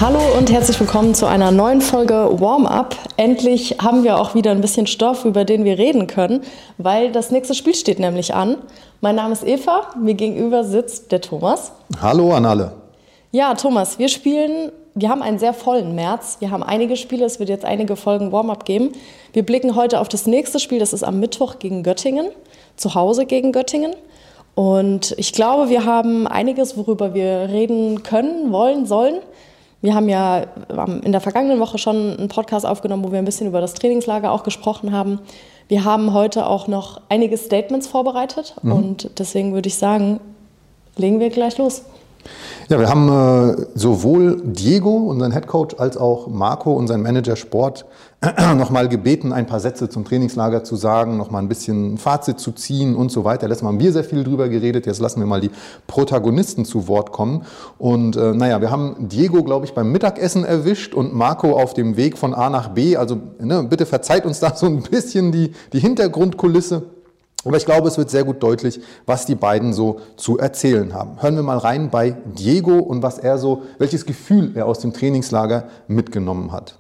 Hallo und herzlich willkommen zu einer neuen Folge Warm-Up. Endlich haben wir auch wieder ein bisschen Stoff, über den wir reden können, weil das nächste Spiel steht nämlich an. Mein Name ist Eva, mir gegenüber sitzt der Thomas. Hallo an alle. Ja, Thomas, wir haben einen sehr vollen März. Wir haben einige Spiele, es wird jetzt einige Folgen Warm-Up geben. Wir blicken heute auf das nächste Spiel, das ist am Mittwoch gegen Göttingen, zu Hause gegen Göttingen. Und ich glaube, wir haben einiges, worüber wir reden können, wollen, sollen. Wir haben ja in der vergangenen Woche schon einen Podcast aufgenommen, wo wir ein bisschen über das Trainingslager auch gesprochen haben. Wir haben heute auch noch einige Statements vorbereitet und deswegen würde ich sagen, legen wir gleich los. Ja, wir haben sowohl Diego, unseren Headcoach, als auch Marco, unseren Manager Sport, nochmal gebeten, ein paar Sätze zum Trainingslager zu sagen, nochmal ein bisschen ein Fazit zu ziehen und so weiter. Letztes Mal haben wir sehr viel drüber geredet, jetzt lassen wir mal die Protagonisten zu Wort kommen. Und wir haben Diego, glaube ich, beim Mittagessen erwischt und Marco auf dem Weg von A nach B. Also bitte verzeiht uns da so ein bisschen die Hintergrundkulisse. Aber ich glaube, es wird sehr gut deutlich, was die beiden so zu erzählen haben. Hören wir mal rein bei Diego und welches Gefühl er aus dem Trainingslager mitgenommen hat.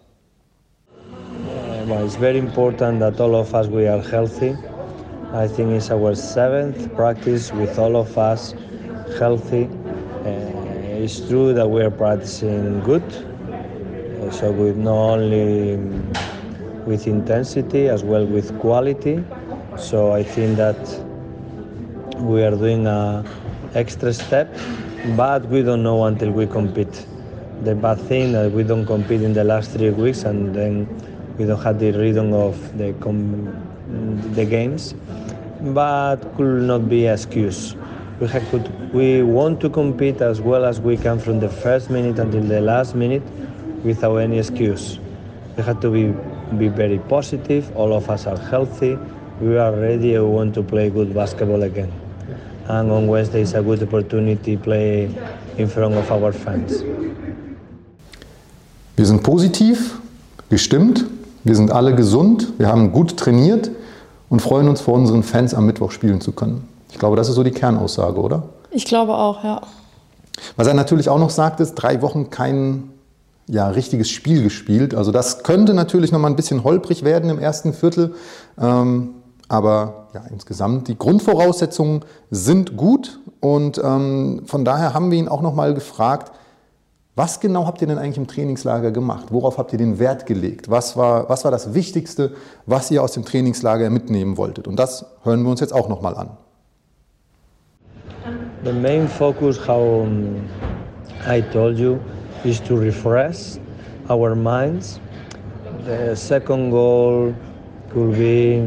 Well, it's very important that all of us we are healthy. I think it's our seventh practice with all of us healthy. It's true that we are practicing good, so with not only with intensity as well with quality. So I think that we are doing an extra step, but we don't know until we compete. The bad thing that we don't compete in the last 3 weeks and then we don't have the rhythm of the games, but could not be an excuse. We want to compete as well as we can from the first minute until the last minute without any excuse. We have to be very positive, all of us are healthy. We are ready, we want to play good basketball again. And on Wednesday is a good opportunity to play in front of our fans. Wir sind positiv gestimmt, wir sind alle gesund, wir haben gut trainiert und freuen uns, vor unseren Fans am Mittwoch spielen zu können. Ich glaube, das ist so die Kernaussage, oder? Ich glaube auch, ja. Was er natürlich auch noch sagt, ist 3 Wochen kein richtiges Spiel gespielt. Also das könnte natürlich noch mal ein bisschen holprig werden im ersten Viertel. Aber insgesamt, die Grundvoraussetzungen sind gut und von daher haben wir ihn auch noch mal gefragt, was genau habt ihr denn eigentlich im Trainingslager gemacht? Worauf habt ihr den Wert gelegt? Was war das Wichtigste, was ihr aus dem Trainingslager mitnehmen wolltet? Und das hören wir uns jetzt auch noch mal an. The main focus, how I told you, is to refresh our minds. The second goal could be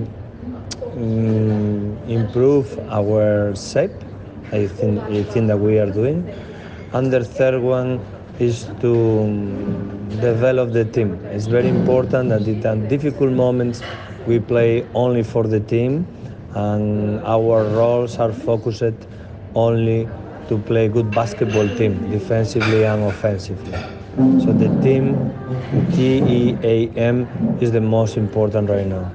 improve our shape. I think that we are doing. And the third one is to develop the team. It's very important that in difficult moments we play only for the team and our roles are focused only to play good basketball team, defensively and offensively. So the team, TEAM, is the most important right now.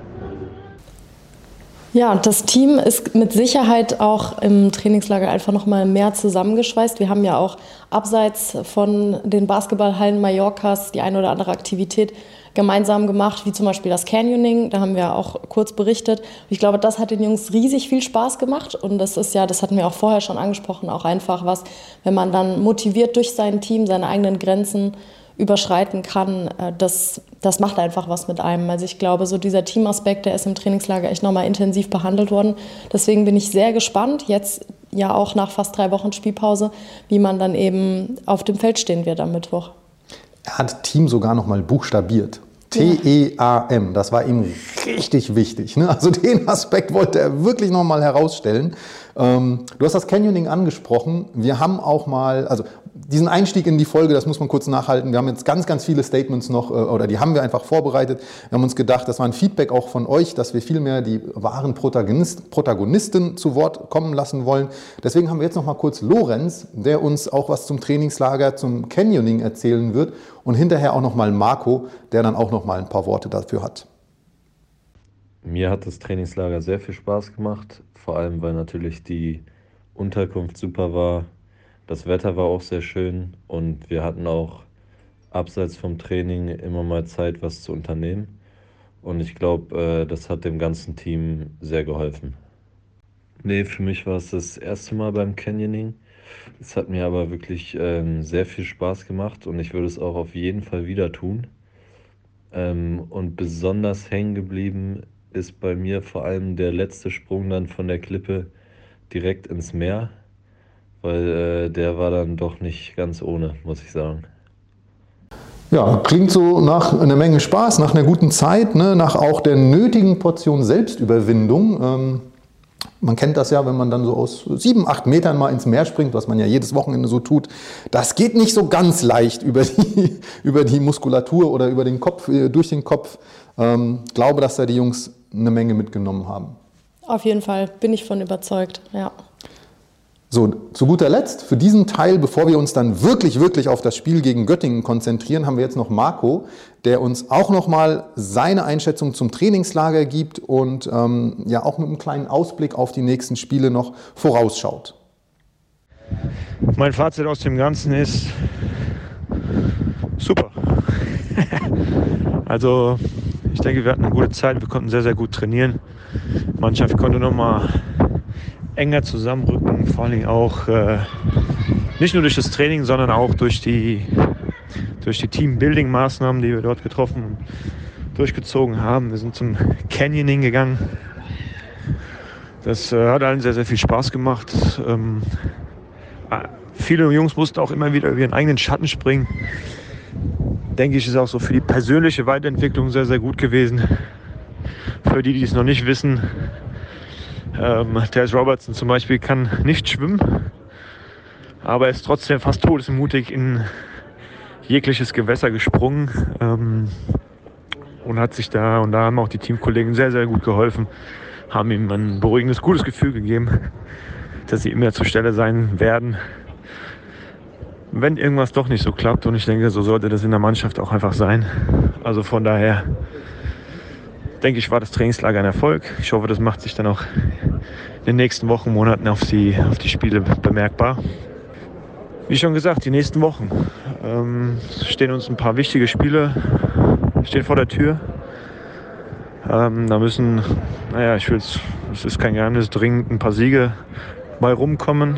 Ja, das Team ist mit Sicherheit auch im Trainingslager einfach noch mal mehr zusammengeschweißt. Wir haben ja auch abseits von den Basketballhallen Mallorcas die eine oder andere Aktivität gemeinsam gemacht, wie zum Beispiel das Canyoning. Da haben wir auch kurz berichtet. Ich glaube, das hat den Jungs riesig viel Spaß gemacht. Und das ist ja, das hatten wir auch vorher schon angesprochen, auch einfach was, wenn man dann motiviert durch sein Team seine eigenen Grenzen überschreiten kann, das macht einfach was mit einem. Also ich glaube, so dieser Teamaspekt, der ist im Trainingslager echt nochmal intensiv behandelt worden. Deswegen bin ich sehr gespannt, jetzt ja auch nach fast 3 Wochen Spielpause, wie man dann eben auf dem Feld stehen wird am Mittwoch. Er hat Team sogar nochmal buchstabiert. TEAM, das war ihm richtig wichtig. Ne? Also den Aspekt wollte er wirklich nochmal herausstellen. Du hast das Canyoning angesprochen. Wir haben auch mal, also diesen Einstieg in die Folge, das muss man kurz nachhalten. Wir haben jetzt ganz, ganz viele Statements noch, oder die haben wir einfach vorbereitet. Wir haben uns gedacht, das war ein Feedback auch von euch, dass wir viel mehr die wahren Protagonisten zu Wort kommen lassen wollen. Deswegen haben wir jetzt noch mal kurz Lorenz, der uns auch was zum Trainingslager, zum Canyoning erzählen wird. Und hinterher auch noch mal Marco, der dann auch noch mal ein paar Worte dafür hat. Mir hat das Trainingslager sehr viel Spaß gemacht, vor allem weil natürlich die Unterkunft super war. Das Wetter war auch sehr schön und wir hatten auch abseits vom Training immer mal Zeit, was zu unternehmen. Und ich glaube, das hat dem ganzen Team sehr geholfen. Nee, für mich war es das erste Mal beim Canyoning. Es hat mir aber wirklich sehr viel Spaß gemacht und ich würde es auch auf jeden Fall wieder tun. Und besonders hängen geblieben ist bei mir vor allem der letzte Sprung dann von der Klippe direkt ins Meer, weil der war dann doch nicht ganz ohne, muss ich sagen. Ja, klingt so nach einer Menge Spaß, nach einer guten Zeit, ne, nach auch der nötigen Portion Selbstüberwindung. Man kennt das ja, wenn man dann so aus 7, 8 Metern mal ins Meer springt, was man ja jedes Wochenende so tut. Das geht nicht so ganz leicht über die Muskulatur oder über den Kopf, durch den Kopf. Glaube, dass da die Jungs eine Menge mitgenommen haben. Auf jeden Fall, bin ich von überzeugt, ja. So, zu guter Letzt, für diesen Teil, bevor wir uns dann wirklich auf das Spiel gegen Göttingen konzentrieren, haben wir jetzt noch Marco, der uns auch nochmal seine Einschätzung zum Trainingslager gibt und ja auch mit einem kleinen Ausblick auf die nächsten Spiele noch vorausschaut. Mein Fazit aus dem Ganzen ist super. Also ich denke, wir hatten eine gute Zeit, wir konnten sehr, sehr gut trainieren. Die Mannschaft konnte nochmal enger zusammenrücken, vor allem auch nicht nur durch das Training, sondern auch durch die Team-Building-Maßnahmen, die wir dort getroffen und durchgezogen haben. Wir sind zum Canyoning gegangen. Das hat allen sehr, sehr viel Spaß gemacht. Viele Jungs mussten auch immer wieder über ihren eigenen Schatten springen. Denke ich, ist auch so für die persönliche Weiterentwicklung sehr, sehr gut gewesen. Für die, die es noch nicht wissen, Tess Robertson zum Beispiel kann nicht schwimmen, aber er ist trotzdem fast todesmutig in jegliches Gewässer gesprungen und hat sich da haben auch die Teamkollegen sehr, sehr gut geholfen, haben ihm ein beruhigendes, gutes Gefühl gegeben, dass sie immer zur Stelle sein werden, wenn irgendwas doch nicht so klappt, und ich denke, so sollte das in der Mannschaft auch einfach sein. Also von daher denke ich, war das Trainingslager ein Erfolg. Ich hoffe, das macht sich dann auch in den nächsten Wochen, Monaten auf die Spiele bemerkbar. Wie schon gesagt, die nächsten Wochen stehen uns ein paar wichtige Spiele stehen vor der Tür. Da müssen, es ist kein Geheimnis, dringend ein paar Siege bei rumkommen.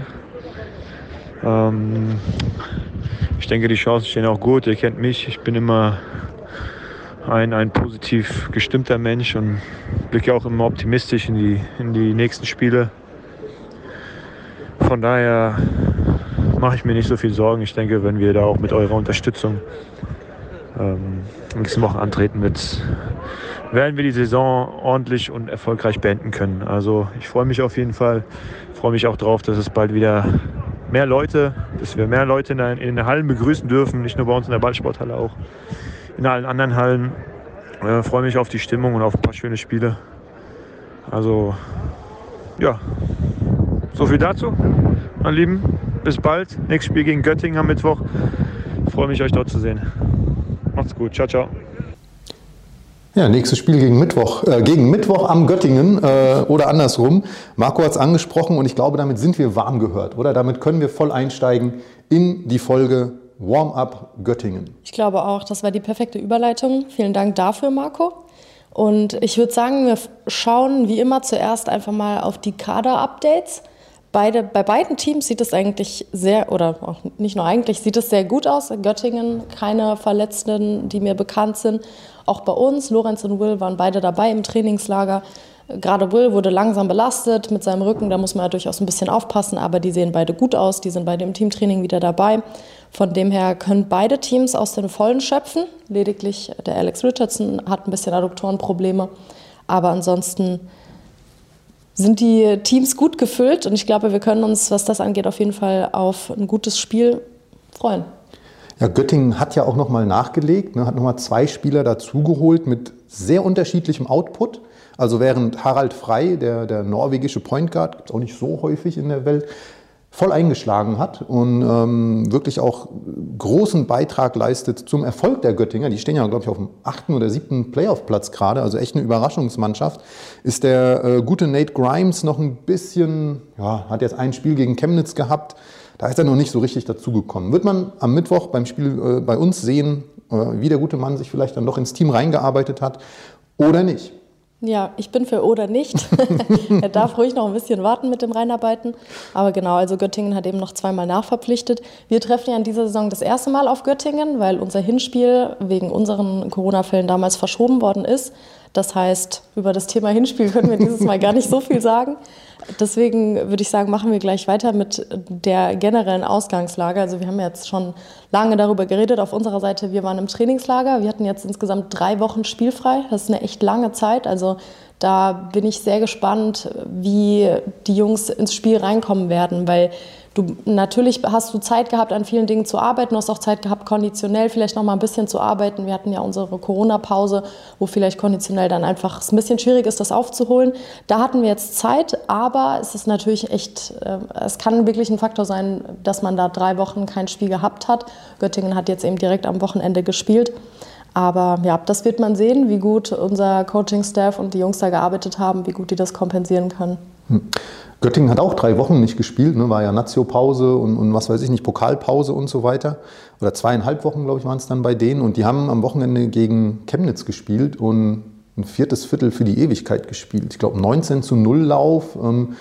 Ich denke, die Chancen stehen auch gut. Ihr kennt mich, ich bin immer ein positiv gestimmter Mensch und blicke auch immer optimistisch in die nächsten Spiele. Von daher mache ich mir nicht so viel Sorgen. Ich denke, wenn wir da auch mit eurer Unterstützung nächste Woche antreten, werden wir die Saison ordentlich und erfolgreich beenden können. Also ich freue mich auf jeden Fall. Ich freue mich auch darauf, dass es bald wieder dass wir mehr Leute in den Hallen begrüßen dürfen, nicht nur bei uns in der Ballsporthalle, auch in allen anderen Hallen. Freue mich auf die Stimmung und auf ein paar schöne Spiele. Also, ja, so viel dazu, meine Lieben. Bis bald. Nächstes Spiel gegen Göttingen am Mittwoch. Ich freue mich, euch dort zu sehen. Macht's gut. Ciao, ciao. Ja, nächstes Spiel gegen Mittwoch am Göttingen oder andersrum. Marco hat es angesprochen und ich glaube, damit sind wir warm gehört, oder? Damit können wir voll einsteigen in die Folge Warm-up Göttingen. Ich glaube auch, das war die perfekte Überleitung. Vielen Dank dafür, Marco. Und ich würde sagen, wir schauen wie immer zuerst einfach mal auf die Kader-Updates. Bei beiden Teams sieht es eigentlich sieht es sehr gut aus. In Göttingen keine Verletzten, die mir bekannt sind. Auch bei uns, Lorenz und Will waren beide dabei im Trainingslager. Gerade Will wurde langsam belastet mit seinem Rücken, da muss man ja durchaus ein bisschen aufpassen, aber die sehen beide gut aus, die sind beide im Teamtraining wieder dabei. Von dem her können beide Teams aus den Vollen schöpfen. Lediglich der Alex Richardson hat ein bisschen Adduktorenprobleme, aber ansonsten sind die Teams gut gefüllt und ich glaube, wir können uns, was das angeht, auf jeden Fall auf ein gutes Spiel freuen. Ja, Göttingen hat ja auch nochmal nachgelegt, hat nochmal 2 Spieler dazugeholt mit sehr unterschiedlichem Output. Also während Harald Frey, der norwegische Point Guard, gibt es auch nicht so häufig in der Welt, voll eingeschlagen hat und wirklich auch großen Beitrag leistet zum Erfolg der Göttinger. Die stehen ja, glaube ich, auf dem 8. oder 7. Playoff-Platz gerade, also echt eine Überraschungsmannschaft. Ist der gute Nate Grimes noch ein bisschen, hat jetzt ein Spiel gegen Chemnitz gehabt, Da ist er noch nicht so richtig dazugekommen. Wird man am Mittwoch beim Spiel bei uns sehen, wie der gute Mann sich vielleicht dann doch ins Team reingearbeitet hat oder nicht? Ja, ich bin für oder nicht. Er darf ruhig noch ein bisschen warten mit dem Reinarbeiten. Aber genau, also Göttingen hat eben noch zweimal nachverpflichtet. Wir treffen ja in dieser Saison das erste Mal auf Göttingen, weil unser Hinspiel wegen unseren Corona-Fällen damals verschoben worden ist. Das heißt, über das Thema Hinspiel können wir dieses Mal gar nicht so viel sagen. Deswegen würde ich sagen, machen wir gleich weiter mit der generellen Ausgangslage. Also wir haben jetzt schon lange darüber geredet. Auf unserer Seite, wir waren im Trainingslager. Wir hatten jetzt insgesamt 3 Wochen spielfrei. Das ist eine echt lange Zeit. Also da bin ich sehr gespannt, wie die Jungs ins Spiel reinkommen werden, weil natürlich hast du Zeit gehabt, an vielen Dingen zu arbeiten. Du hast auch Zeit gehabt, konditionell vielleicht noch mal ein bisschen zu arbeiten. Wir hatten ja unsere Corona-Pause, wo vielleicht konditionell dann einfach es ein bisschen schwierig ist, das aufzuholen. Da hatten wir jetzt Zeit, aber es ist natürlich echt, es kann wirklich ein Faktor sein, dass man da 3 Wochen kein Spiel gehabt hat. Göttingen hat jetzt eben direkt am Wochenende gespielt. Aber ja, das wird man sehen, wie gut unser Coaching-Staff und die Jungs da gearbeitet haben, wie gut die das kompensieren können. Göttingen hat auch 3 Wochen nicht gespielt, ne? War ja Nazio-Pause und was weiß ich nicht, Pokalpause und so weiter. Oder 2,5 Wochen, glaube ich, waren es dann bei denen. Und die haben am Wochenende gegen Chemnitz gespielt und ein 4. Viertel für die Ewigkeit gespielt. Ich glaube 19:0 Lauf.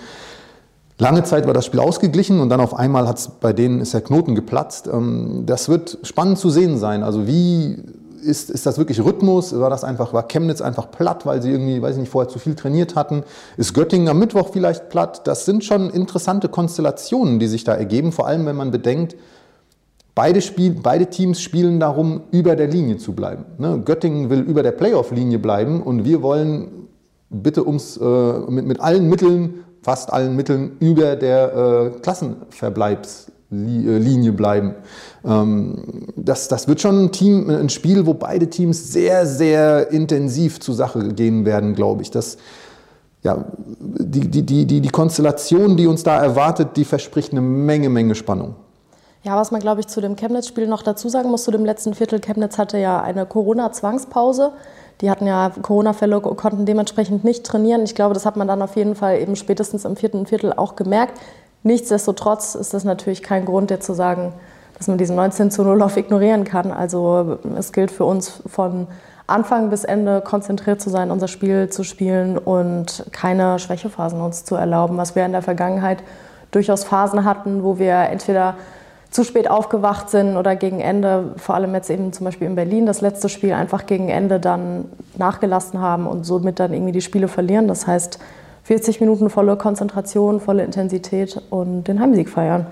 Lange Zeit war das Spiel ausgeglichen und dann auf einmal bei denen ist der Knoten geplatzt. Das wird spannend zu sehen sein. Also wie ist das wirklich Rhythmus? War Chemnitz einfach platt, weil sie irgendwie, weiß ich nicht, vorher zu viel trainiert hatten? Ist Göttingen am Mittwoch vielleicht platt? Das sind schon interessante Konstellationen, die sich da ergeben, vor allem wenn man bedenkt, beide Teams spielen darum, über der Linie zu bleiben. Ne? Göttingen will über der Playoff-Linie bleiben und wir wollen bitte mit allen Mitteln, fast allen Mitteln, über der Klassenverbleibslinie bleiben. Das wird schon ein Spiel, wo beide Teams sehr, sehr intensiv zur Sache gehen werden, glaube ich. Die Konstellation, die uns da erwartet, die verspricht eine Menge Spannung. Ja, was man, glaube ich, zu dem Chemnitz-Spiel noch dazu sagen muss, zu dem letzten Viertel, Chemnitz hatte ja eine Corona-Zwangspause. Die hatten ja Corona-Fälle, konnten dementsprechend nicht trainieren. Ich glaube, das hat man dann auf jeden Fall eben spätestens im 4. Viertel auch gemerkt. Nichtsdestotrotz ist das natürlich kein Grund, jetzt zu sagen, dass man diesen 19:0 Lauf ignorieren kann. Also es gilt für uns von Anfang bis Ende konzentriert zu sein, unser Spiel zu spielen und keine Schwächephasen uns zu erlauben, was wir in der Vergangenheit durchaus Phasen hatten, wo wir entweder zu spät aufgewacht sind oder gegen Ende, vor allem jetzt eben zum Beispiel in Berlin, das letzte Spiel einfach gegen Ende dann nachgelassen haben und somit dann irgendwie die Spiele verlieren. Das heißt, 40 Minuten volle Konzentration, volle Intensität und den Heimsieg feiern.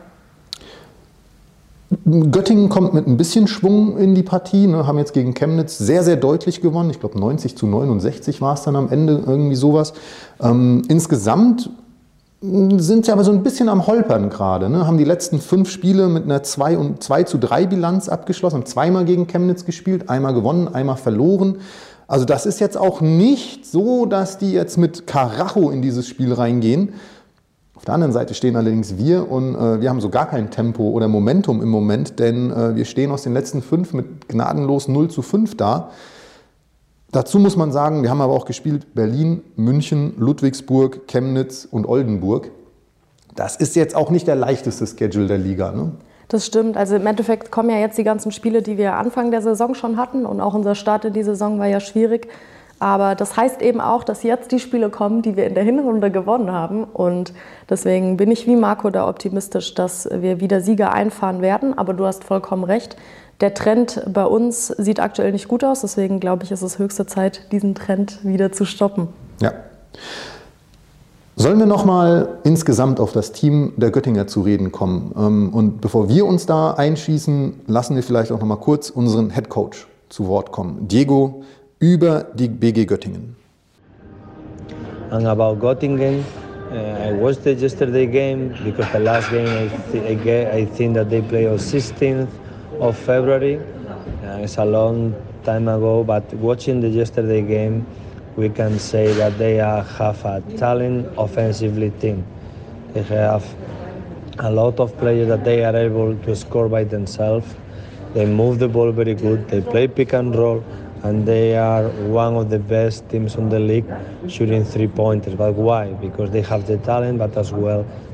Göttingen kommt mit ein bisschen Schwung in die Partie, ne, haben jetzt gegen Chemnitz sehr, sehr deutlich gewonnen. Ich glaube 90:69 war es dann am Ende, irgendwie sowas. Insgesamt sind sie aber so ein bisschen am Holpern gerade. Ne? Haben die letzten 5 Spiele mit einer 2:3 Bilanz abgeschlossen, haben 2-mal gegen Chemnitz gespielt, einmal gewonnen, einmal verloren. Also das ist jetzt auch nicht so, dass die jetzt mit Karacho in dieses Spiel reingehen. Auf der anderen Seite stehen allerdings wir und wir haben so gar kein Tempo oder Momentum im Moment, denn wir stehen aus den letzten 5 mit gnadenlos 0:5 da. Dazu muss man sagen, wir haben aber auch gespielt Berlin, München, Ludwigsburg, Chemnitz und Oldenburg. Das ist jetzt auch nicht der leichteste Schedule der Liga, ne? Das stimmt. Also im Endeffekt kommen ja jetzt die ganzen Spiele, die wir Anfang der Saison schon hatten. Und auch unser Start in die Saison war ja schwierig. Aber das heißt eben auch, dass jetzt die Spiele kommen, die wir in der Hinrunde gewonnen haben. Und deswegen bin ich wie Marco da optimistisch, dass wir wieder Sieger einfahren werden. Aber du hast vollkommen recht. Der Trend bei uns sieht aktuell nicht gut aus. Deswegen glaube ich, ist es höchste Zeit, diesen Trend wieder zu stoppen. Ja. Sollen wir noch mal insgesamt auf das Team der Göttinger zu reden kommen? Und bevor wir uns da einschießen, lassen wir vielleicht auch noch mal kurz unseren Headcoach zu Wort kommen. Diego, über die BG Göttingen. And about Göttingen, I watched the yesterday game because the last game I think that they play on 16th of February. It's a long time ago, but watching the yesterday game, we can say that they have a talent offensively team. They have a lot of players that they are able to score by themselves. They move the ball very good. They play pick and roll, and they are one of the best teams in the league shooting 3-pointers. But why? Because they have the talent, but as well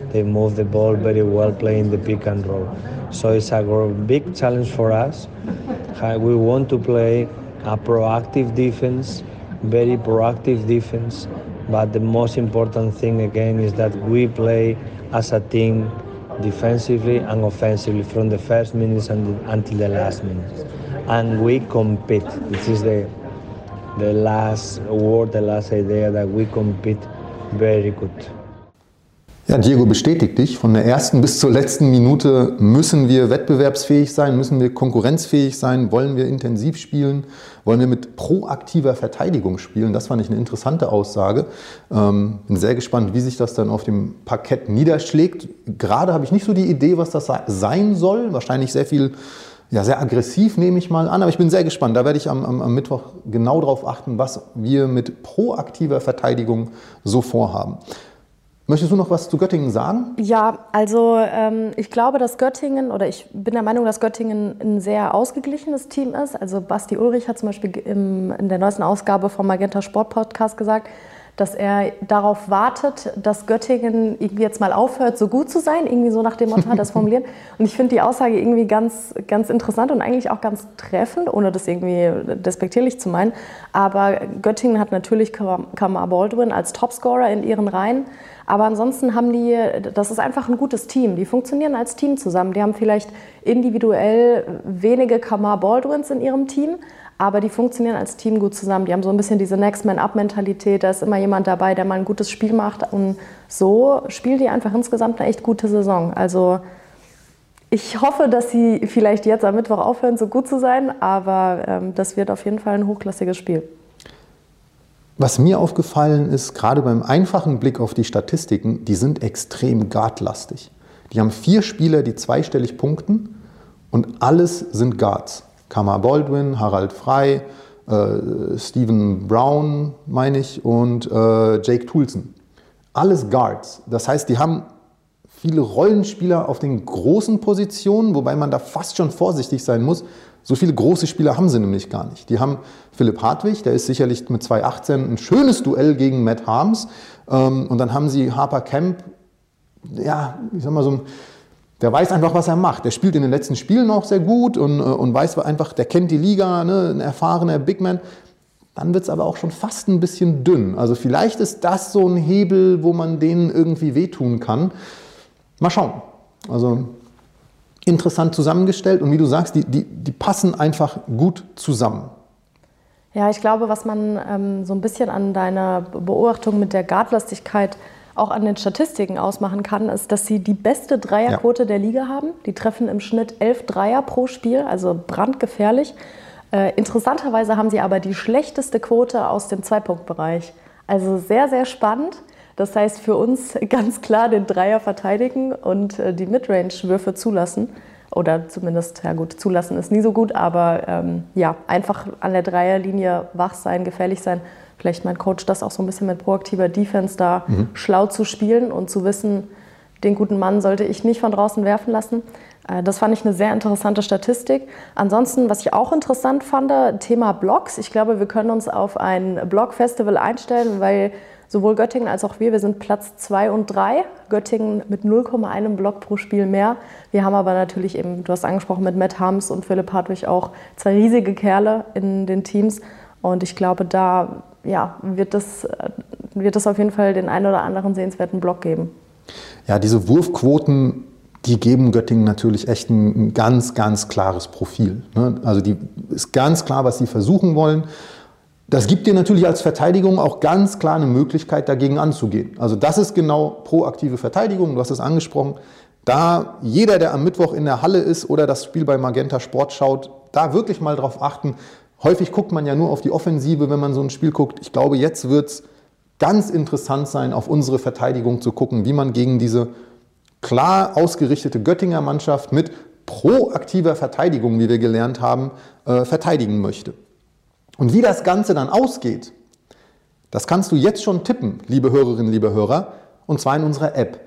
They move the ball very well, playing the pick and roll. So it's a big challenge for us. We want to play a proactive defense, very proactive defense. But the most important thing again is that we play as a team defensively and offensively from the first minutes until the last minutes. And we compete. This is the last word, the last idea, that we compete very good. Ja, Diego, bestätigt dich. Von der ersten bis zur letzten Minute müssen wir wettbewerbsfähig sein, müssen wir konkurrenzfähig sein, wollen wir intensiv spielen, wollen wir mit proaktiver Verteidigung spielen. Das fand ich eine interessante Aussage. Bin sehr gespannt, wie sich das dann auf dem Parkett niederschlägt. Gerade habe ich nicht so die Idee, was das sein soll. Wahrscheinlich sehr viel, ja, sehr aggressiv nehme ich mal an. Aber ich bin sehr gespannt. Da werde ich am Mittwoch genau darauf achten, was wir mit proaktiver Verteidigung so vorhaben. Möchtest du noch was zu Göttingen sagen? Ja, also ich glaube, dass Göttingen, oder ich bin der Meinung, dass Göttingen ein sehr ausgeglichenes Team ist. Also Basti Ulrich hat zum Beispiel in der neuesten Ausgabe vom Magenta Sport Podcast gesagt, dass er darauf wartet, dass Göttingen irgendwie jetzt mal aufhört, so gut zu sein. Irgendwie so nach dem Motto hat er es formuliert. Und ich finde die Aussage irgendwie ganz, ganz interessant und eigentlich auch ganz treffend, ohne das irgendwie despektierlich zu meinen. Aber Göttingen hat natürlich Kamar Baldwin als Topscorer in ihren Reihen. Aber ansonsten das ist einfach ein gutes Team. Die funktionieren als Team zusammen. Die haben vielleicht individuell wenige Kamar Baldwins in ihrem Team, aber die funktionieren als Team gut zusammen. Die haben so ein bisschen diese Next-Man-Up-Mentalität. Da ist immer jemand dabei, der mal ein gutes Spiel macht. Und so spielen die einfach insgesamt eine echt gute Saison. Also ich hoffe, dass sie vielleicht jetzt am Mittwoch aufhören, so gut zu sein. Aber das wird auf jeden Fall ein hochklassiges Spiel. Was mir aufgefallen ist, gerade beim einfachen Blick auf die Statistiken, die sind extrem guardlastig. Die haben 4 Spieler, die zweistellig punkten und alles sind Guards. Kamar Baldwin, Harald Frey, Stephen Brown, meine ich, und Jake Toulson. Alles Guards. Das heißt, die haben viele Rollenspieler auf den großen Positionen, wobei man da fast schon vorsichtig sein muss. So viele große Spieler haben sie nämlich gar nicht. Die haben Philipp Hartwig, der ist sicherlich mit 2,18 ein schönes Duell gegen Matt Harms. Und dann haben sie Harper Kemp, ja, ich sag mal so, der weiß einfach, was er macht. Der spielt in den letzten Spielen auch sehr gut und weiß einfach, der kennt die Liga, ne, ein erfahrener Big Man. Dann wird es aber auch schon fast ein bisschen dünn. Also vielleicht ist das so ein Hebel, wo man denen irgendwie wehtun kann. Mal schauen. Also interessant zusammengestellt und wie du sagst, die passen einfach gut zusammen. Ja, ich glaube, was man so ein bisschen an deiner Beobachtung mit der Guardlastigkeit auch an den Statistiken ausmachen kann, ist, dass sie die beste Dreierquote der Liga haben. Die treffen im Schnitt 11 Dreier pro Spiel, also brandgefährlich. Interessanterweise haben sie aber die schlechteste Quote aus dem Zweipunktbereich. Also sehr, sehr spannend. Das heißt für uns ganz klar den Dreier verteidigen und die Midrange-Würfe zulassen. Oder zumindest, ja gut, zulassen ist nie so gut, aber ja, einfach an der Dreierlinie wach sein, gefährlich sein. Vielleicht mein Coach das auch so ein bisschen mit proaktiver Defense da schlau zu spielen und zu wissen, den guten Mann sollte ich nicht von draußen werfen lassen. Das fand ich eine sehr interessante Statistik. Ansonsten, was ich auch interessant fand, Thema Blocks. Ich glaube, wir können uns auf ein Block-Festival einstellen, weil sowohl Göttingen als auch wir sind Platz 2 und 3. Göttingen mit 0,1 Block pro Spiel mehr. Wir haben aber natürlich eben, du hast angesprochen, mit Matt Harms und Philipp Hartwig auch 2 riesige Kerle in den Teams. Und ich glaube, da ja, wird es auf jeden Fall den einen oder anderen sehenswerten Block geben. Ja, diese Wurfquoten, die geben Göttingen natürlich echt ein ganz, ganz klares Profil. Also die ist ganz klar, was sie versuchen wollen. Das gibt dir natürlich als Verteidigung auch ganz klar eine Möglichkeit, dagegen anzugehen. Also das ist genau proaktive Verteidigung, du hast es angesprochen. Da jeder, der am Mittwoch in der Halle ist oder das Spiel bei Magenta Sport schaut, da wirklich mal drauf achten. Häufig guckt man ja nur auf die Offensive, wenn man so ein Spiel guckt. Ich glaube, jetzt wird es ganz interessant sein, auf unsere Verteidigung zu gucken, wie man gegen diese klar ausgerichtete Göttinger Mannschaft mit proaktiver Verteidigung, wie wir gelernt haben, verteidigen möchte. Und wie das Ganze dann ausgeht, das kannst du jetzt schon tippen, liebe Hörerinnen, liebe Hörer, und zwar in unserer App.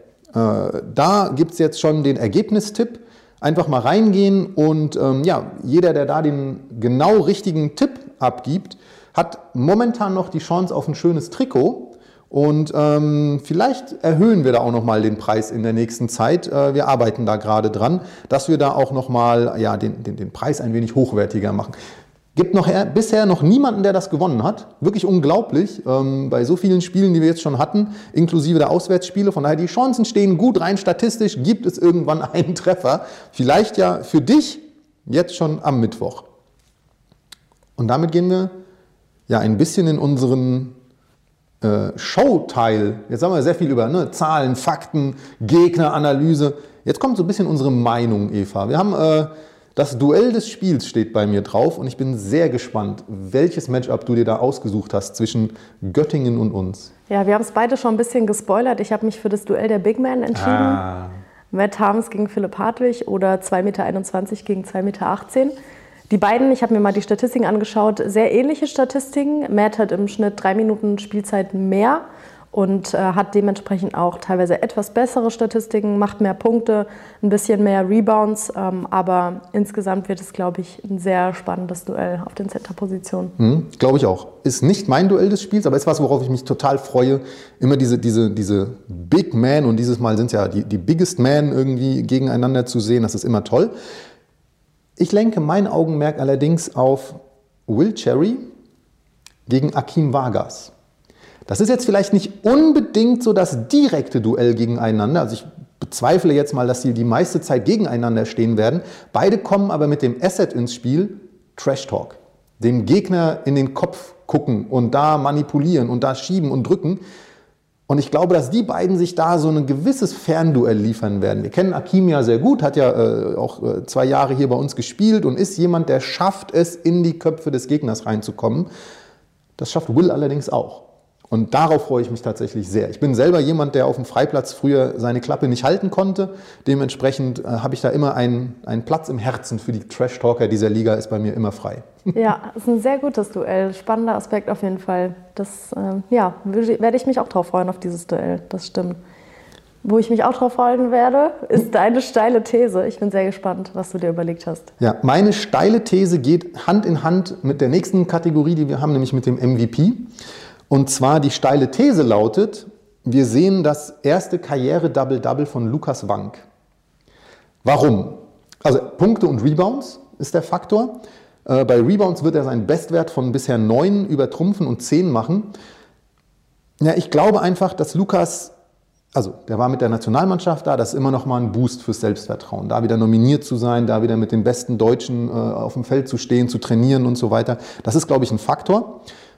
Da gibt es jetzt schon den Ergebnistipp. Einfach mal reingehen und ja, jeder, der da den genau richtigen Tipp abgibt, hat momentan noch die Chance auf ein schönes Trikot. Und vielleicht erhöhen wir da auch nochmal den Preis in der nächsten Zeit. Wir arbeiten da gerade dran, dass wir da auch nochmal den Preis ein wenig hochwertiger machen. Gibt bisher noch niemanden, der das gewonnen hat. Wirklich unglaublich, bei so vielen Spielen, die wir jetzt schon hatten, inklusive der Auswärtsspiele. Von daher, die Chancen stehen gut, rein statistisch gibt es irgendwann einen Treffer. Vielleicht ja für dich jetzt schon am Mittwoch. Und damit gehen wir ja ein bisschen in unseren Showteil. Jetzt haben wir sehr viel über Zahlen, Fakten, Gegneranalyse. Jetzt kommt so ein bisschen unsere Meinung, Eva. Wir haben das Duell des Spiels steht bei mir drauf und ich bin sehr gespannt, welches Matchup du dir da ausgesucht hast zwischen Göttingen und uns. Ja, wir haben es beide schon ein bisschen gespoilert. Ich habe mich für das Duell der Big Men entschieden. Matt Harms gegen Philipp Hartwig oder 2,21 Meter gegen 2,18 Meter. Die beiden, ich habe mir mal die Statistiken angeschaut, sehr ähnliche Statistiken. Matt hat im Schnitt 3 Minuten Spielzeit mehr und hat dementsprechend auch teilweise etwas bessere Statistiken, macht mehr Punkte, ein bisschen mehr Rebounds. Aber insgesamt wird es, glaube ich, ein sehr spannendes Duell auf den Center-Positionen. Glaube ich auch. Ist nicht mein Duell des Spiels, aber ist was, worauf ich mich total freue. Immer diese Big Man, und dieses Mal sind es ja die Biggest Man irgendwie gegeneinander zu sehen. Das ist immer toll. Ich lenke mein Augenmerk allerdings auf Will Cherry gegen Akeem Vargas. Das ist jetzt vielleicht nicht unbedingt so das direkte Duell gegeneinander. Also ich bezweifle jetzt mal, dass sie die meiste Zeit gegeneinander stehen werden. Beide kommen aber mit dem Asset ins Spiel, Trash Talk. Dem Gegner in den Kopf gucken und da manipulieren und da schieben und drücken. Und ich glaube, dass die beiden sich da so ein gewisses Fernduell liefern werden. Wir kennen Akeem ja sehr gut, hat ja auch 2 Jahre hier bei uns gespielt und ist jemand, der schafft es, in die Köpfe des Gegners reinzukommen. Das schafft Will allerdings auch. Und darauf freue ich mich tatsächlich sehr. Ich bin selber jemand, der auf dem Freiplatz früher seine Klappe nicht halten konnte. Dementsprechend habe ich da immer einen Platz im Herzen für die Trash-Talker dieser Liga, ist bei mir immer frei. Ja, ist ein sehr gutes Duell. Spannender Aspekt auf jeden Fall. Das werde ich mich auch drauf freuen, auf dieses Duell. Das stimmt. Wo ich mich auch drauf freuen werde, ist deine steile These. Ich bin sehr gespannt, was du dir überlegt hast. Ja, meine steile These geht Hand in Hand mit der nächsten Kategorie, die wir haben, nämlich mit dem MVP. Und zwar die steile These lautet, wir sehen das erste Karriere-Double-Double von Lukas Wank. Warum? Also Punkte und Rebounds ist der Faktor. Bei Rebounds wird er seinen Bestwert von bisher 9 übertrumpfen und 10 machen. Ja, ich glaube einfach, dass Lukas, also der war mit der Nationalmannschaft da, das ist immer noch mal ein Boost fürs Selbstvertrauen. Da wieder nominiert zu sein, da wieder mit den besten Deutschen auf dem Feld zu stehen, zu trainieren und so weiter. Das ist, glaube ich, ein Faktor.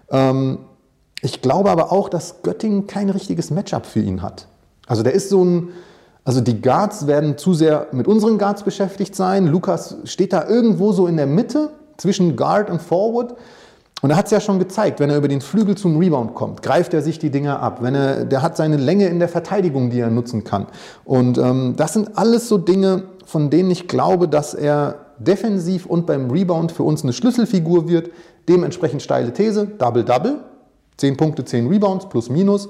Ich glaube aber auch, dass Göttingen kein richtiges Matchup für ihn hat. Also der ist die Guards werden zu sehr mit unseren Guards beschäftigt sein. Lukas steht da irgendwo so in der Mitte zwischen Guard und Forward. Und er hat es ja schon gezeigt, wenn er über den Flügel zum Rebound kommt, greift er sich die Dinger ab. Der hat seine Länge in der Verteidigung, die er nutzen kann. Und das sind alles so Dinge, von denen ich glaube, dass er defensiv und beim Rebound für uns eine Schlüsselfigur wird. Dementsprechend steile These, Double-Double. 10 Punkte, 10 Rebounds, plus, minus.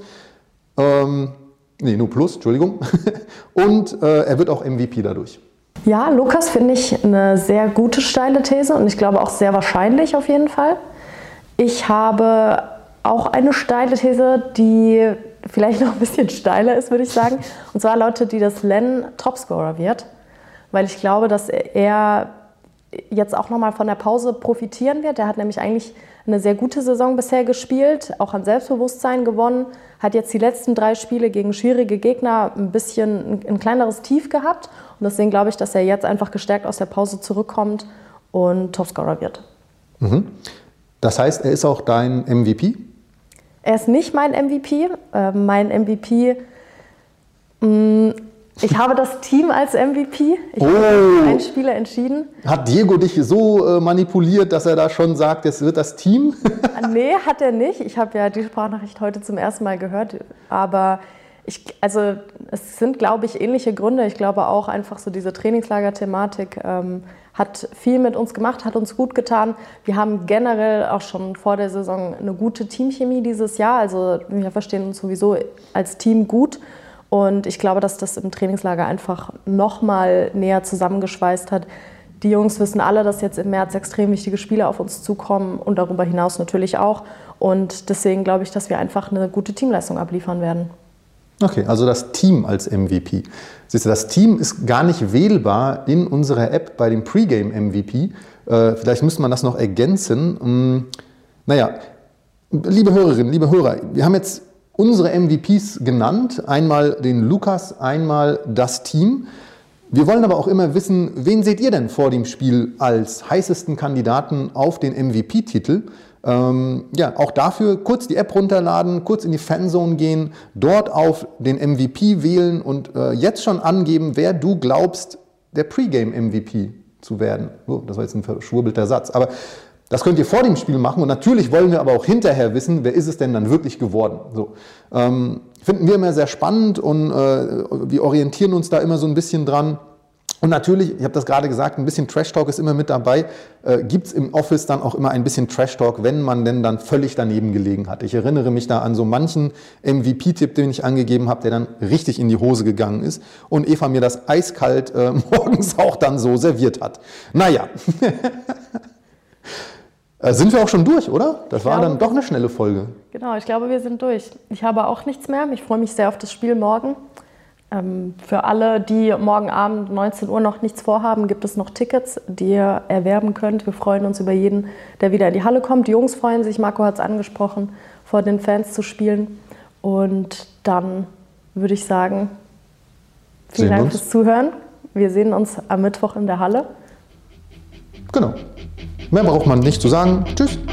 Nur plus, Entschuldigung. Und er wird auch MVP dadurch. Ja, Lukas finde ich eine sehr gute steile These und ich glaube auch sehr wahrscheinlich auf jeden Fall. Ich habe auch eine steile These, die vielleicht noch ein bisschen steiler ist, würde ich sagen. Und zwar lautet die, dass Len Topscorer wird, weil ich glaube, dass er jetzt auch nochmal von der Pause profitieren wird. Er hat nämlich eigentlich eine sehr gute Saison bisher gespielt, auch an Selbstbewusstsein gewonnen, hat jetzt die letzten 3 Spiele gegen schwierige Gegner ein bisschen ein kleineres Tief gehabt. Und deswegen glaube ich, dass er jetzt einfach gestärkt aus der Pause zurückkommt und Topscorer wird. Das heißt, er ist auch dein MVP? Er ist nicht mein MVP. Mein MVP, ich habe das Team als MVP. Ich habe für einen Spieler entschieden. Hat Diego dich so manipuliert, dass er da schon sagt, es wird das Team? Nee, hat er nicht. Ich habe ja die Sprachnachricht heute zum ersten Mal gehört. Aber es sind, glaube ich, ähnliche Gründe. Ich glaube auch einfach so diese Trainingslager-Thematik hat viel mit uns gemacht, hat uns gut getan. Wir haben generell auch schon vor der Saison eine gute Teamchemie dieses Jahr. Also wir verstehen uns sowieso als Team gut. Und ich glaube, dass das im Trainingslager einfach noch mal näher zusammengeschweißt hat. Die Jungs wissen alle, dass jetzt im März extrem wichtige Spiele auf uns zukommen und darüber hinaus natürlich auch. Und deswegen glaube ich, dass wir einfach eine gute Teamleistung abliefern werden. Okay, also das Team als MVP. Siehst du, das Team ist gar nicht wählbar in unserer App bei dem Pre-Game-MVP. Vielleicht müsste man das noch ergänzen. Naja, liebe Hörerinnen, liebe Hörer, wir haben jetzt unsere MVPs genannt. Einmal den Lukas, einmal das Team. Wir wollen aber auch immer wissen, wen seht ihr denn vor dem Spiel als heißesten Kandidaten auf den MVP-Titel? Ja, auch dafür kurz die App runterladen, kurz in die Fanzone gehen, dort auf den MVP wählen und jetzt schon angeben, wer du glaubst, der Pre-Game-MVP zu werden. Oh, das war jetzt ein verschwurbelter Satz. Aber das könnt ihr vor dem Spiel machen und natürlich wollen wir aber auch hinterher wissen, wer ist es denn dann wirklich geworden. So, finden wir immer sehr spannend und wir orientieren uns da immer so ein bisschen dran. Und natürlich, ich habe das gerade gesagt, ein bisschen Trash-Talk ist immer mit dabei. Gibt es im Office dann auch immer ein bisschen Trash-Talk, wenn man denn dann völlig daneben gelegen hat. Ich erinnere mich da an so manchen MVP-Tipp, den ich angegeben habe, der dann richtig in die Hose gegangen ist und Eva mir das eiskalt morgens auch dann so serviert hat. Naja, sind wir auch schon durch, oder? Das war dann doch eine schnelle Folge. Genau, ich glaube, wir sind durch. Ich habe auch nichts mehr. Ich freue mich sehr auf das Spiel morgen. Für alle, die morgen Abend 19 Uhr noch nichts vorhaben, gibt es noch Tickets, die ihr erwerben könnt. Wir freuen uns über jeden, der wieder in die Halle kommt. Die Jungs freuen sich, Marco hat es angesprochen, vor den Fans zu spielen. Und dann würde ich sagen, vielen Dank fürs Zuhören. Wir sehen uns am Mittwoch in der Halle. Genau. Mehr braucht man nicht zu sagen. Tschüss.